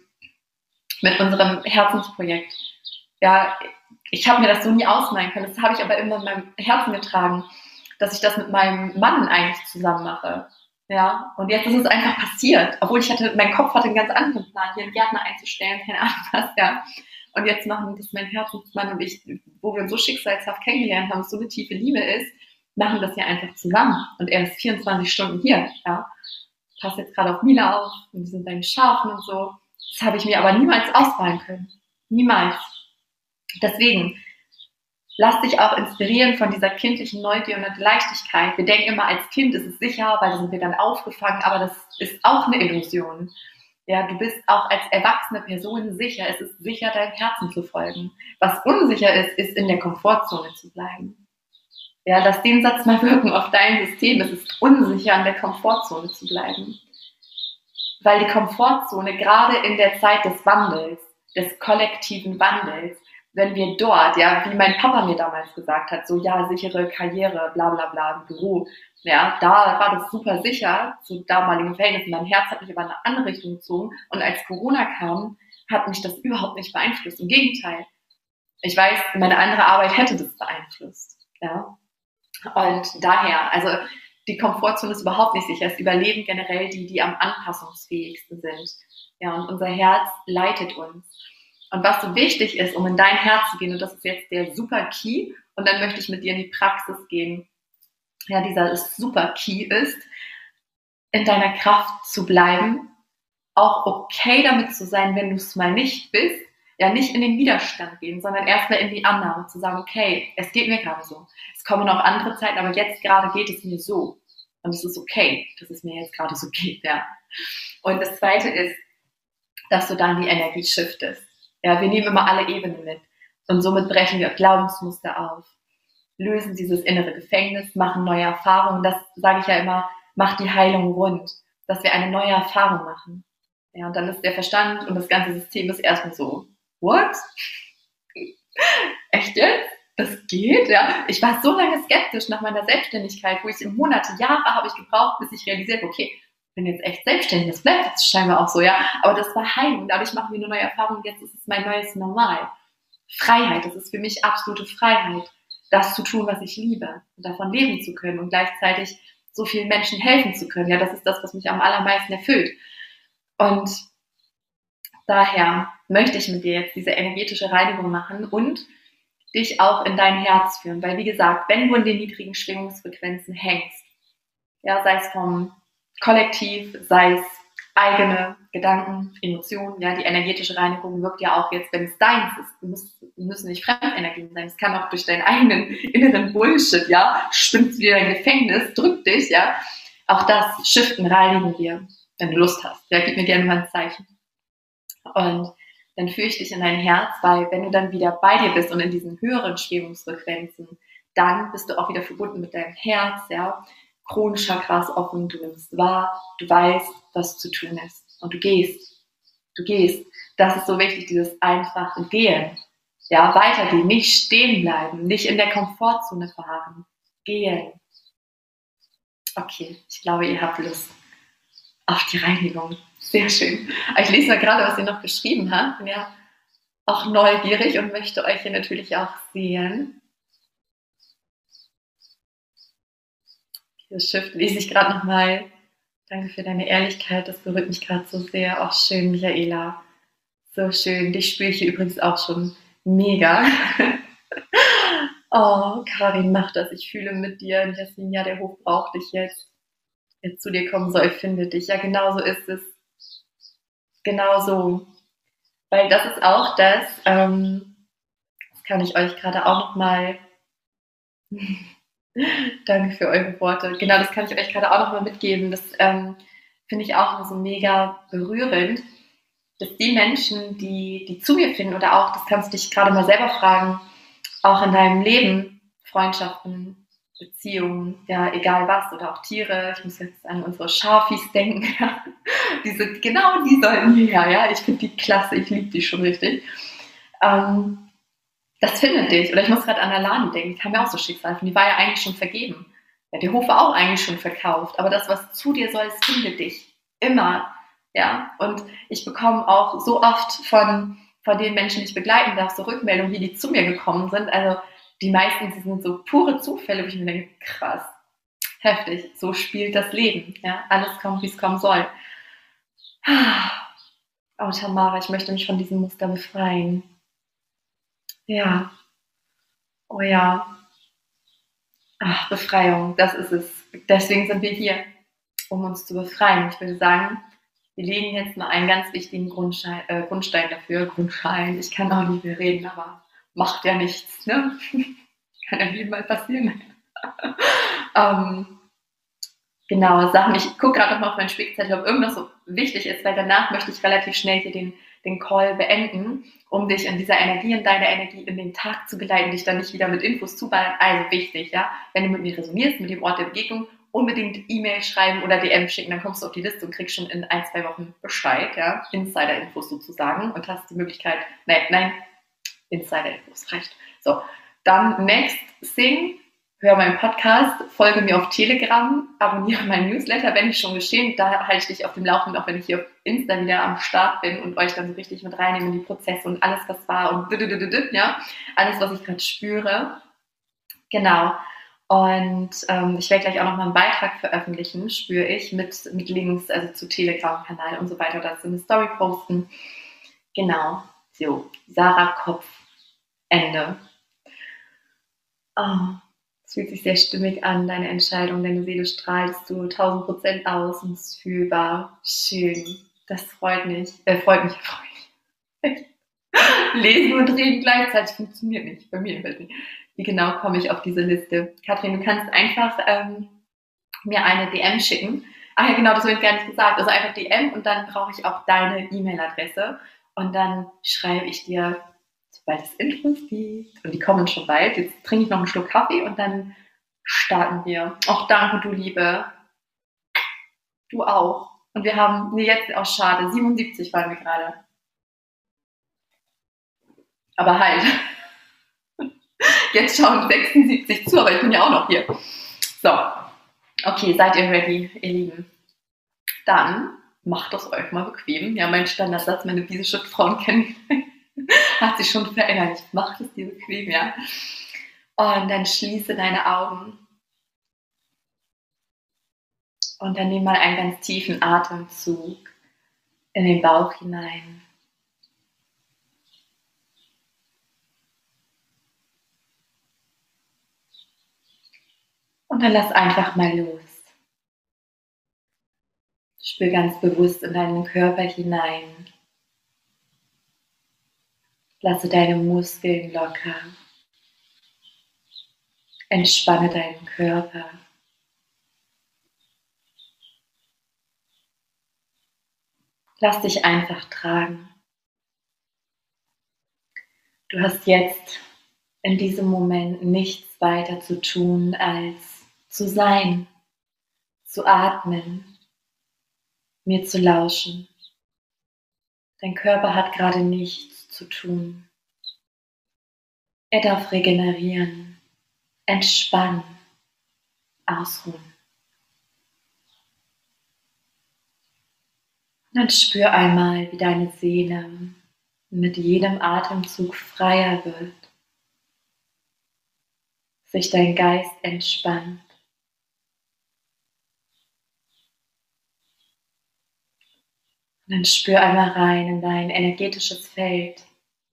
unserem Herzensprojekt. Ja, ich habe mir das so nie ausmalen können. Das habe ich aber immer in meinem Herzen getragen, dass ich das mit meinem Mann eigentlich zusammen mache. Ja, und jetzt ist es einfach passiert. Obwohl mein Kopf hatte einen ganz anderen Plan, hier einen Gärtner einzustellen, keine Ahnung was, ja. Und jetzt machen das mein Herzensmann und ich, wo wir uns so schicksalshaft kennengelernt haben, es so eine tiefe Liebe ist, machen das hier einfach zusammen. Und er ist 24 Stunden hier, ja. Passt jetzt gerade auf Mila auf und wir sind bei den Schafen und so. Das habe ich mir aber niemals ausmalen können. Niemals. Deswegen, lass dich auch inspirieren von dieser kindlichen Neugier und Leichtigkeit. Wir denken immer, als Kind ist es sicher, weil da sind wir dann aufgefangen, aber das ist auch eine Illusion. Ja, du bist auch als erwachsene Person sicher. Es ist sicher, deinem Herzen zu folgen. Was unsicher ist, ist in der Komfortzone zu bleiben. Ja, lass den Satz mal wirken auf dein System. Es ist unsicher, in der Komfortzone zu bleiben. Weil die Komfortzone gerade in der Zeit des Wandels, des kollektiven Wandels, wenn wir dort, ja, wie mein Papa mir damals gesagt hat, so, ja, sichere Karriere, bla bla bla, im Büro, ja, da war das super sicher, zu damaligen Verhältnissen. Mein Herz hat mich aber in eine andere Richtung gezogen und als Corona kam, hat mich das überhaupt nicht beeinflusst. Im Gegenteil. Ich weiß, meine andere Arbeit hätte das beeinflusst, ja. Und daher, also die Komfortzone ist überhaupt nicht sicher. Es überleben generell die am anpassungsfähigsten sind. Ja, und unser Herz leitet uns. Und was so wichtig ist, um in dein Herz zu gehen, und das ist jetzt der super Key, und dann möchte ich mit dir in die Praxis gehen, ja, dieser super Key ist, in deiner Kraft zu bleiben, auch okay damit zu sein, wenn du es mal nicht bist, ja, nicht in den Widerstand gehen, sondern erstmal in die Annahme zu sagen, okay, es geht mir gerade so. Es kommen noch andere Zeiten, aber jetzt gerade geht es mir so. Und es ist okay, dass es mir jetzt gerade so geht, ja. Und das Zweite ist, dass du dann die Energie shiftest. Ja, wir nehmen immer alle Ebenen mit. Und somit brechen wir Glaubensmuster auf, lösen dieses innere Gefängnis, machen neue Erfahrungen. Das sage ich ja immer, macht die Heilung rund, dass wir eine neue Erfahrung machen. Ja, und dann ist der Verstand und das ganze System ist erstmal so, what? Echt jetzt? Das geht? Ja. Ich war so lange skeptisch nach meiner Selbstständigkeit, wo ich im Monate, Jahre habe ich gebraucht, bis ich realisiert habe, okay, ich bin jetzt echt selbstständig, das bleibt jetzt scheinbar auch so, ja. Aber das war Heilung, dadurch machen wir eine neue Erfahrung und jetzt ist es mein neues Normal. Freiheit, das ist für mich absolute Freiheit, das zu tun, was ich liebe und davon leben zu können und gleichzeitig so vielen Menschen helfen zu können. Ja, das ist das, was mich am allermeisten erfüllt. Und daher möchte ich mit dir jetzt diese energetische Reinigung machen und dich auch in dein Herz führen. Weil, wie gesagt, wenn du in den niedrigen Schwingungsfrequenzen hängst, ja, sei es vom Kollektiv, sei es eigene Gedanken, Emotionen, ja, die energetische Reinigung wirkt ja auch jetzt, wenn es deins ist, müssen nicht Fremdenergien sein, es kann auch durch deinen eigenen inneren Bullshit, ja, spinnt wieder dein Gefängnis, drückt dich, ja, auch das shiften, reinigen wir, wenn du Lust hast, ja, gib mir gerne mal ein Zeichen. Und dann führe ich dich in dein Herz, weil wenn du dann wieder bei dir bist und in diesen höheren Schwingungsfrequenzen, dann bist du auch wieder verbunden mit deinem Herz, ja, Kronenchakras offen, du nimmst wahr, du weißt, was zu tun ist und du gehst. Das ist so wichtig, dieses einfache Gehen, ja, weitergehen, nicht stehen bleiben, nicht in der Komfortzone verharren, gehen. Okay, ich glaube, ihr habt Lust auf die Reinigung. Sehr schön. Ich lese mal gerade, was ihr noch geschrieben habt. Bin ja auch neugierig und möchte euch hier natürlich auch sehen. Das Shift lese ich gerade nochmal. Danke für deine Ehrlichkeit, das berührt mich gerade so sehr. Auch schön, Michaela. So schön. Dich spüre ich hier übrigens auch schon mega. Oh, Karin, mach das. Ich fühle mit dir. Und Jasmin, ja, der Hof braucht dich jetzt. Wer zu dir kommen soll, findet dich. Ja, genau so ist es. genau so. Weil das ist auch das kann ich euch gerade auch nochmal, danke für eure Worte, genau, das kann ich euch gerade auch nochmal mitgeben. Das finde ich auch immer so mega berührend, dass die Menschen, die zu mir finden oder auch, das kannst du dich gerade mal selber fragen, auch in deinem Leben, Freundschaften, Beziehungen, ja, egal was, oder auch Tiere, ich muss jetzt an unsere Schafis denken, ja. Genau die sollten hierher, ja, ich finde die klasse, ich liebe die schon richtig. Ähm, Das findet dich, oder ich muss gerade an Alani denken, die kam mir auch so Schicksal von, die war ja eigentlich schon vergeben. Ja, die Hof war auch eigentlich schon verkauft, aber das, was zu dir soll, es findet dich. Immer. Ja, und ich bekomme auch so oft von den Menschen, die ich begleiten darf, so Rückmeldungen, wie die zu mir gekommen sind. Also die meisten, die sind so pure Zufälle, wo ich mir denke, krass, heftig, so spielt das Leben. Ja, alles kommt, wie es kommen soll. Oh, Tamara, ich möchte mich von diesem Muster befreien. Ja, oh ja. Ach, Befreiung, das ist es. Deswegen sind wir hier, um uns zu befreien. Ich würde sagen, wir legen jetzt mal einen ganz wichtigen Grundstein dafür. Grundstein, ich kann auch nicht mehr reden, aber macht ja nichts. Ne? Kann ja jedem mal passieren. ähm, genau, Sachen. Ich gucke gerade noch mal auf meinen Spickzettel, ob irgendwas so wichtig ist, weil danach möchte ich relativ schnell hier den Call beenden, um dich in dieser Energie, in deine Energie in den Tag zu geleiten, dich dann nicht wieder mit Infos zuballern. Also wichtig, ja, wenn du mit mir resonierst, mit dem Ort der Begegnung, unbedingt E-Mail schreiben oder DM schicken, dann kommst du auf die Liste und kriegst schon in 1-2 Wochen Bescheid, ja, Insider-Infos sozusagen und hast die Möglichkeit, nein, Insider-Infos reicht. So, dann next thing, hör meinen Podcast, folge mir auf Telegram, abonniere meinen Newsletter, wenn nicht schon geschehen. Da halte ich dich auf dem Laufenden, auch wenn ich hier auf Insta wieder am Start bin und euch dann so richtig mit reinnehme in die Prozesse und alles, was war und ja, alles, was ich gerade spüre. Genau. Und ich werde gleich auch noch mal einen Beitrag veröffentlichen, spüre ich, mit Links, also zu Telegram-Kanal und so weiter, dazu eine Story posten. Genau. So, Sarah Kopf, Ende. Oh, es fühlt sich sehr stimmig an, deine Entscheidung, deine Seele strahlst du 1000% aus und es ist fühlbar. Schön. Das freut mich. Freut mich. Lesen und reden gleichzeitig funktioniert nicht. Bei mir jedenfalls nicht. Wie genau komme ich auf diese Liste? Katrin, du kannst einfach mir eine DM schicken. Ach ja, genau, das habe ich gar nicht gesagt. Also einfach DM und dann brauche ich auch deine E-Mail-Adresse. Und dann schreibe ich dir, sobald es Infos gibt. Und die kommen schon bald. Jetzt trinke ich noch einen Schluck Kaffee und dann starten wir. Auch danke, du Liebe. Du auch. Und wir haben, nee, jetzt auch schade, 77 waren wir gerade. Aber halt, jetzt schauen 76 zu, aber ich bin ja auch noch hier. So, okay, seid ihr ready, ihr Lieben? Dann macht es euch mal bequem. Ja, mein Standardsatz, meine Wiesenschriftfrauen kennen, hat sich schon verinnerlicht. Macht es dir bequem, ja. Und dann schließe deine Augen. Und dann nimm mal einen ganz tiefen Atemzug in den Bauch hinein. Und dann lass einfach mal los. Spür ganz bewusst in deinen Körper hinein. Lasse deine Muskeln locker. Entspanne deinen Körper. Lass dich einfach tragen. Du hast jetzt in diesem Moment nichts weiter zu tun, als zu sein, zu atmen, mir zu lauschen. Dein Körper hat gerade nichts zu tun. Er darf regenerieren, entspannen, ausruhen. Und dann spür einmal, wie deine Seele mit jedem Atemzug freier wird, sich dein Geist entspannt. Und dann spür einmal rein in dein energetisches Feld.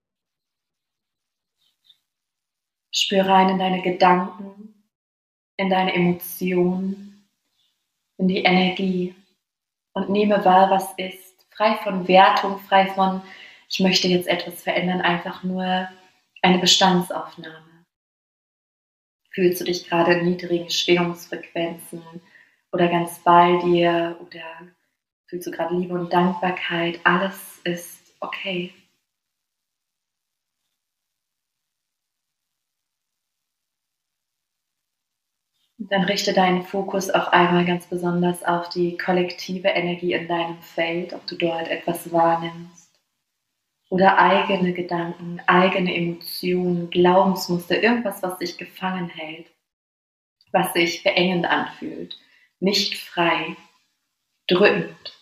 Spür rein in deine Gedanken, in deine Emotionen, in die Energie und nehme wahr, was ist. frei von Wertung, frei von, ich möchte jetzt etwas verändern, einfach nur eine Bestandsaufnahme. Fühlst du dich gerade in niedrigen Schwingungsfrequenzen oder ganz bei dir oder fühlst du gerade Liebe und Dankbarkeit? Alles ist okay. Und dann richte deinen Fokus auch einmal ganz besonders auf die kollektive Energie in deinem Feld, ob du dort etwas wahrnimmst oder eigene Gedanken, eigene Emotionen, Glaubensmuster, irgendwas, was dich gefangen hält, was sich beengend anfühlt, nicht frei, drückend.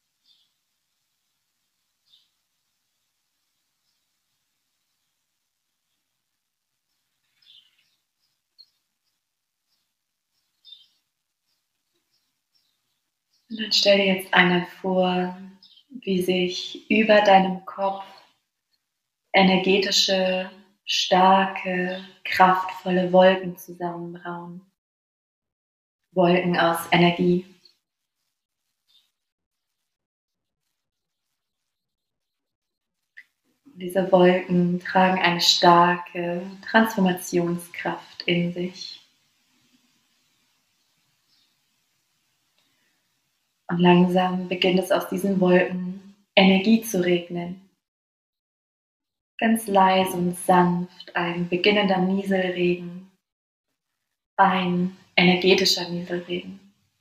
Und dann stell dir jetzt einmal vor, wie sich über deinem Kopf energetische, starke, kraftvolle Wolken zusammenbrauen. Wolken aus Energie. Diese Wolken tragen eine starke Transformationskraft in sich. Und langsam beginnt es aus diesen Wolken Energie zu regnen. Ganz leise und sanft, ein beginnender Nieselregen, ein energetischer Nieselregen.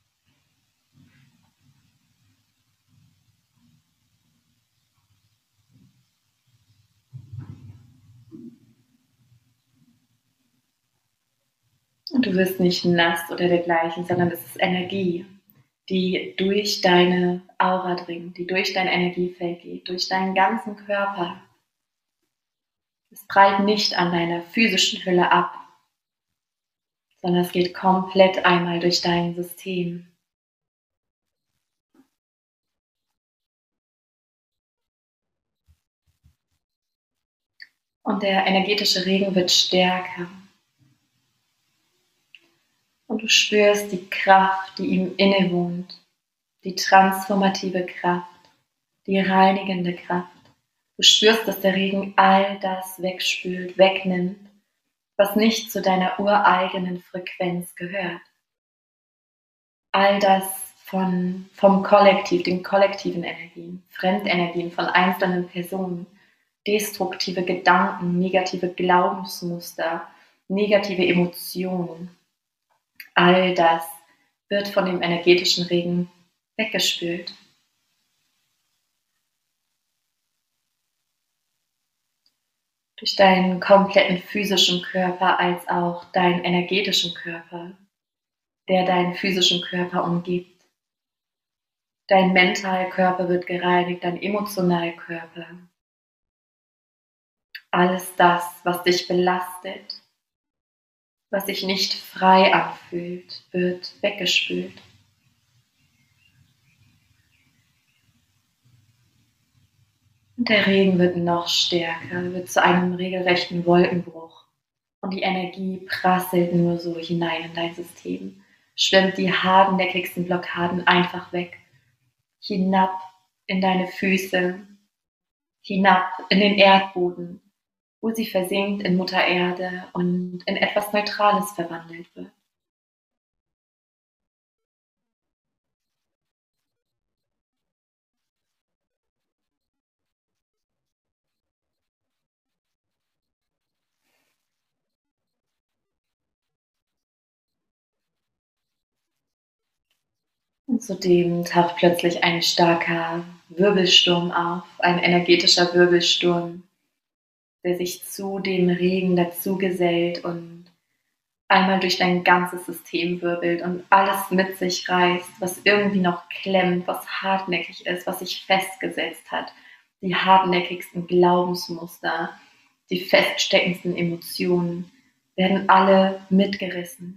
Und du wirst nicht nass oder dergleichen, sondern es ist Energie, die durch deine Aura dringt, die durch dein Energiefeld geht, durch deinen ganzen Körper. Es prallt nicht an deiner physischen Hülle ab, sondern es geht komplett einmal durch dein System. Und der energetische Regen wird stärker. Und du spürst die Kraft, die ihm innewohnt, die transformative Kraft, die reinigende Kraft. Du spürst, dass der Regen all das wegspült, wegnimmt, was nicht zu deiner ureigenen Frequenz gehört. All das vom Kollektiv, den kollektiven Energien, Fremdenergien von einzelnen Personen, destruktive Gedanken, negative Glaubensmuster, negative Emotionen. All das wird von dem energetischen Regen weggespült. Durch deinen kompletten physischen Körper als auch deinen energetischen Körper, der deinen physischen Körper umgibt. Dein Mentalkörper wird gereinigt, dein Emotionalkörper. Alles das, was dich belastet, was sich nicht frei anfühlt, wird weggespült. Und der Regen wird noch stärker, wird zu einem regelrechten Wolkenbruch. Und die Energie prasselt nur so hinein in dein System, schwimmt die hartnäckigsten Blockaden einfach weg, hinab in deine Füße, hinab in den Erdboden, wo sie versinkt in Mutter Erde und in etwas Neutrales verwandelt wird. Und zudem taucht plötzlich ein starker Wirbelsturm auf, ein energetischer Wirbelsturm, der sich zu dem Regen dazugesellt und einmal durch dein ganzes System wirbelt und alles mit sich reißt, was irgendwie noch klemmt, was hartnäckig ist, was sich festgesetzt hat. Die hartnäckigsten Glaubensmuster, die feststeckendsten Emotionen werden alle mitgerissen.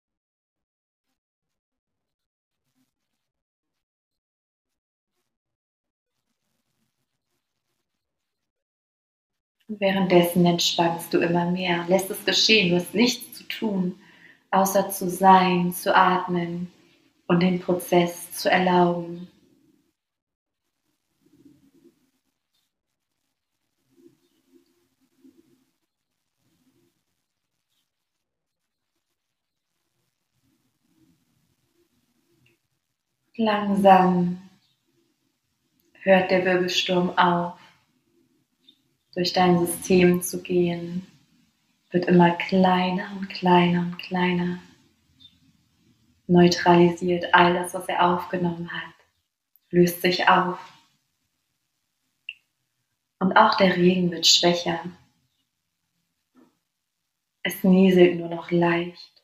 Und währenddessen entspannst du immer mehr, lässt es geschehen, du hast nichts zu tun, außer zu sein, zu atmen und den Prozess zu erlauben. Langsam hört der Wirbelsturm auf, durch dein System zu gehen, wird immer kleiner und kleiner und kleiner, neutralisiert all das, was er aufgenommen hat, löst sich auf. Und auch der Regen wird schwächer. Es nieselt nur noch leicht,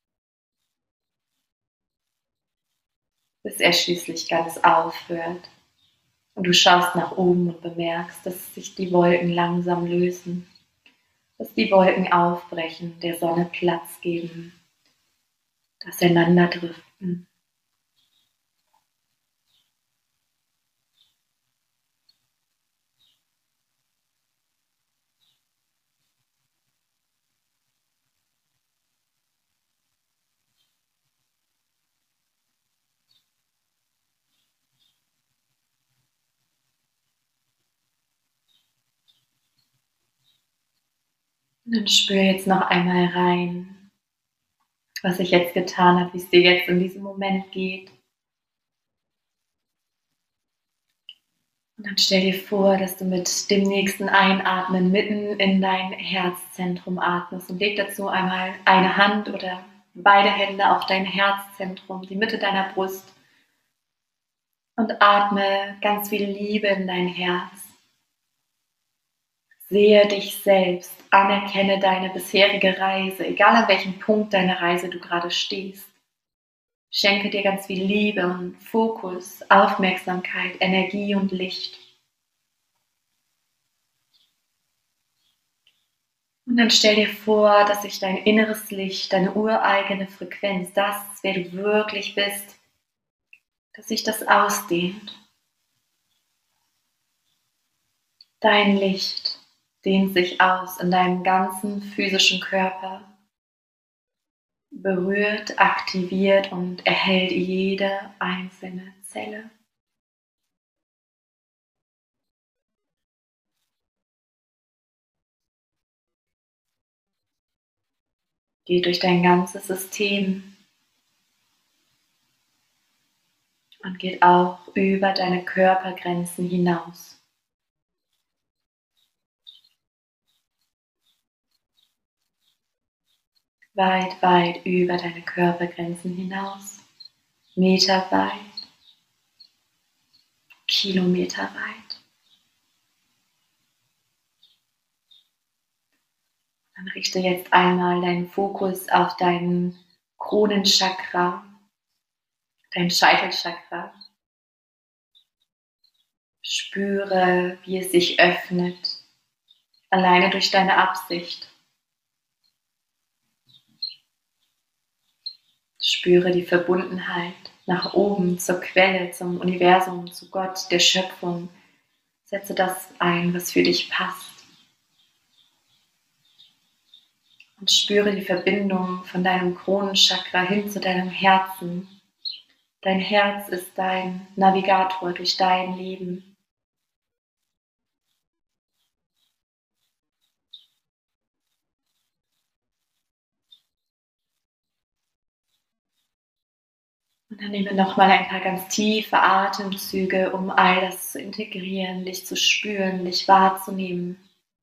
bis er schließlich ganz aufhört. Und du schaust nach oben und bemerkst, dass sich die Wolken langsam lösen, dass die Wolken aufbrechen, der Sonne Platz geben, auseinanderdriften. Und dann spür jetzt noch einmal rein, was sich jetzt getan hat, wie es dir jetzt in diesem Moment geht. Und dann stell dir vor, dass du mit dem nächsten Einatmen mitten in dein Herzzentrum atmest und leg dazu einmal eine Hand oder beide Hände auf dein Herzzentrum, die Mitte deiner Brust, und atme ganz viel Liebe in dein Herz. Sehe dich selbst, anerkenne deine bisherige Reise, egal an welchem Punkt deiner Reise du gerade stehst. Schenke dir ganz viel Liebe und Fokus, Aufmerksamkeit, Energie und Licht. Und dann stell dir vor, dass sich dein inneres Licht, deine ureigene Frequenz, das, wer du wirklich bist, dass sich das ausdehnt. Dein Licht dehnt sich aus in deinem ganzen physischen Körper, berührt, aktiviert und erhält jede einzelne Zelle. Geht durch dein ganzes System und geht auch über deine Körpergrenzen hinaus. Weit, weit über deine Körpergrenzen hinaus, meterweit, kilometerweit. Dann richte jetzt einmal deinen Fokus auf deinen Kronenchakra, dein Scheitelchakra. Spüre, wie es sich öffnet, alleine durch deine Absicht. Spüre die Verbundenheit nach oben, zur Quelle, zum Universum, zu Gott, der Schöpfung. Setze das ein, was für dich passt. Und spüre die Verbindung von deinem Kronenchakra hin zu deinem Herzen. Dein Herz ist dein Navigator durch dein Leben. Und dann nehme nochmal ein paar ganz tiefe Atemzüge, um all das zu integrieren, dich zu spüren, dich wahrzunehmen.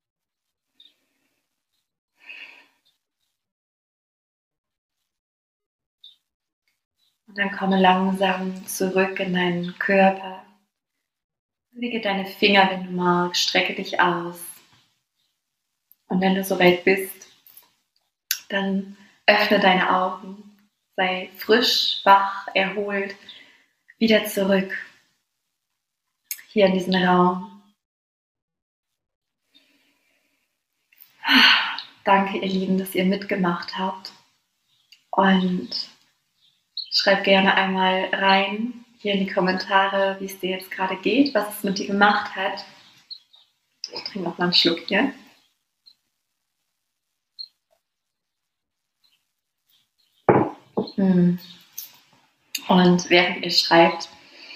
Und dann komme langsam zurück in deinen Körper. Bewege deine Finger, wenn du magst, strecke dich aus. Und wenn du soweit bist, dann öffne deine Augen. Sei frisch, wach, erholt, wieder zurück hier in diesen Raum. Danke, ihr Lieben, dass ihr mitgemacht habt. Und schreib gerne einmal rein hier in die Kommentare, wie es dir jetzt gerade geht, was es mit dir gemacht hat. Ich trinke noch mal einen Schluck hier. Und während ihr schreibt,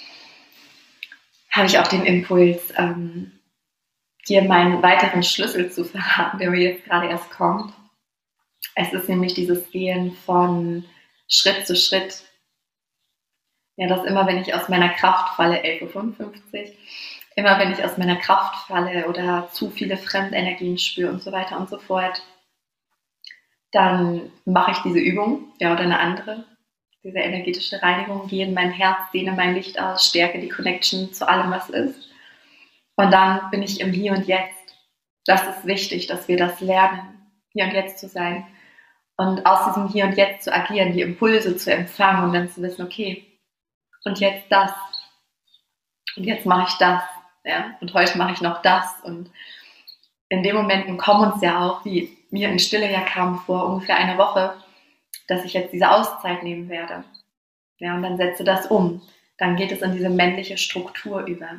habe ich auch den Impuls, dir meinen weiteren Schlüssel zu verraten, der mir jetzt gerade erst kommt. Es ist nämlich dieses Gehen von Schritt zu Schritt. Ja, dass immer, wenn ich aus meiner Kraft falle, 11:55 Uhr, immer wenn ich aus meiner Kraft falle oder zu viele Fremdenergien spüre und so weiter und so fort, dann mache ich diese Übung, ja, oder eine andere, diese energetische Reinigung, gehe in mein Herz, dehne mein Licht aus, stärke die Connection zu allem, was ist. Und dann bin ich im Hier und Jetzt. Das ist wichtig, dass wir das lernen, hier und jetzt zu sein. Und aus diesem Hier und Jetzt zu agieren, die Impulse zu empfangen und dann zu wissen, okay, und jetzt das. Und jetzt mache ich das. Ja? Und heute mache ich noch das. Und in den Momenten kommen uns ja auch, wie mir in Stille ja kam vor ungefähr einer Woche, dass ich jetzt diese Auszeit nehmen werde. Ja, und dann setze das um. Dann geht es in diese männliche Struktur über.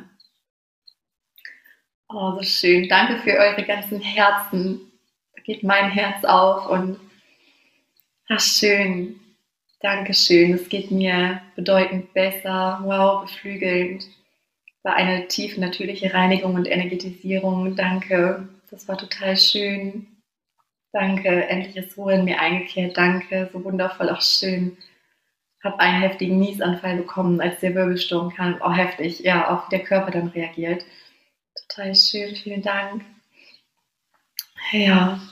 Oh, so schön. Danke für eure ganzen Herzen. Da geht mein Herz auf und ach, schön. Dankeschön. Es geht mir bedeutend besser. Wow, beflügelnd. War eine tiefe natürliche Reinigung und Energetisierung. Danke. Das war total schön. Danke. Endlich ist Ruhe in mir eingekehrt. Danke. So wundervoll. Auch schön. Habe einen heftigen Niesanfall bekommen, als der Wirbelsturm kam. Oh, heftig. Ja, auch wie der Körper dann reagiert. Total schön. Vielen Dank. Ja.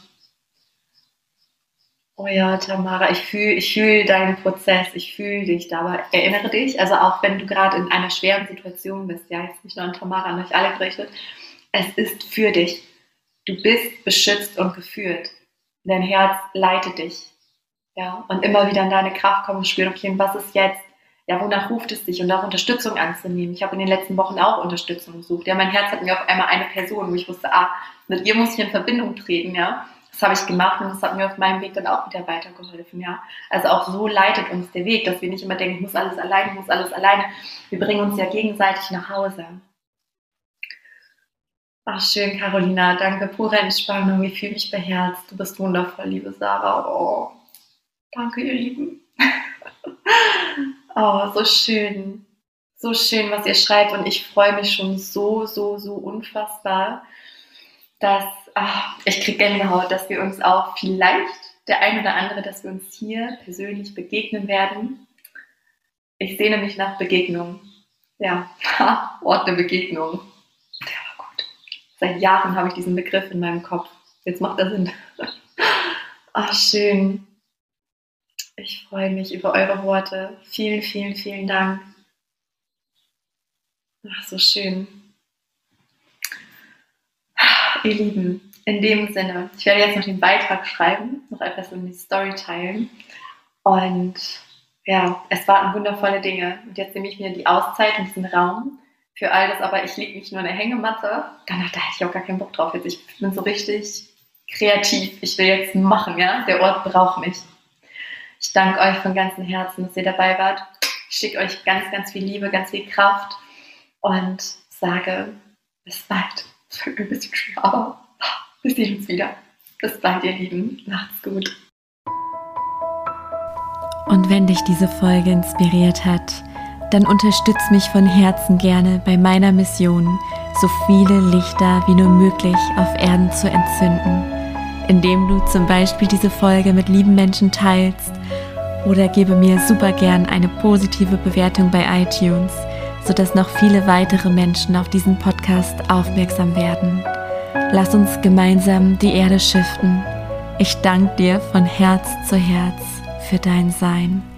Oh ja, Tamara, ich fühl deinen Prozess, ich fühle dich da, aber erinnere dich, also auch wenn du gerade in einer schweren Situation bist, ja, jetzt nicht nur an Tamara, an euch alle gerichtet, es ist für dich. Du bist beschützt und geführt. Dein Herz leitet dich, ja, und immer wieder in deine Kraft kommen und spüren, okay, was ist jetzt? Ja, wonach ruft es dich? Und auch Unterstützung anzunehmen. Ich habe in den letzten Wochen auch Unterstützung gesucht. Ja, mein Herz hat mir auf einmal eine Person, wo ich wusste, mit ihr muss ich in Verbindung treten, ja. Das habe ich gemacht und das hat mir auf meinem Weg dann auch wieder weitergeholfen, ja. Also auch so leitet uns der Weg, dass wir nicht immer denken, ich muss alles alleine. Wir bringen uns ja gegenseitig nach Hause. Ach, schön, Carolina, danke, pure Entspannung, ich fühle mich beherzt. Du bist wundervoll, liebe Sarah. Oh, danke, ihr Lieben. Oh, so schön, was ihr schreibt und ich freue mich schon so unfassbar, dass, ich kriege Gänsehaut, dass wir uns auch vielleicht, der ein oder andere, dass wir uns hier persönlich begegnen werden. Ich sehne mich nach Begegnung. Ja, Ort der Begegnung. Der war gut. Seit Jahren habe ich diesen Begriff in meinem Kopf. Jetzt macht er Sinn. Ach, schön. Ich freue mich über eure Worte. Vielen Dank. Ach, so schön. Ihr Lieben, in dem Sinne, ich werde jetzt noch den Beitrag schreiben, noch etwas in die Story teilen. Und ja, es warten wundervolle Dinge. Und jetzt nehme ich mir die Auszeit und diesen Raum für all das, aber ich lege nicht nur eine Hängematte. Danach, da hätte ich auch gar keinen Bock drauf. Jetzt, ich bin so richtig kreativ. Ich will jetzt machen, ja. Der Ort braucht mich. Ich danke euch von ganzem Herzen, dass ihr dabei wart. Ich schicke euch ganz viel Liebe, ganz viel Kraft und sage bis bald. Das wird ein bisschen schwer, aber wir sehen uns wieder. Bis bald, ihr Lieben. Macht's gut. Und wenn dich diese Folge inspiriert hat, dann unterstütz mich von Herzen gerne bei meiner Mission, so viele Lichter wie nur möglich auf Erden zu entzünden, indem du zum Beispiel diese Folge mit lieben Menschen teilst oder gebe mir super gern eine positive Bewertung bei iTunes, sodass noch viele weitere Menschen auf diesen Podcast aufmerksam werden. Lass uns gemeinsam die Erde shiften. Ich danke dir von Herz zu Herz für dein Sein.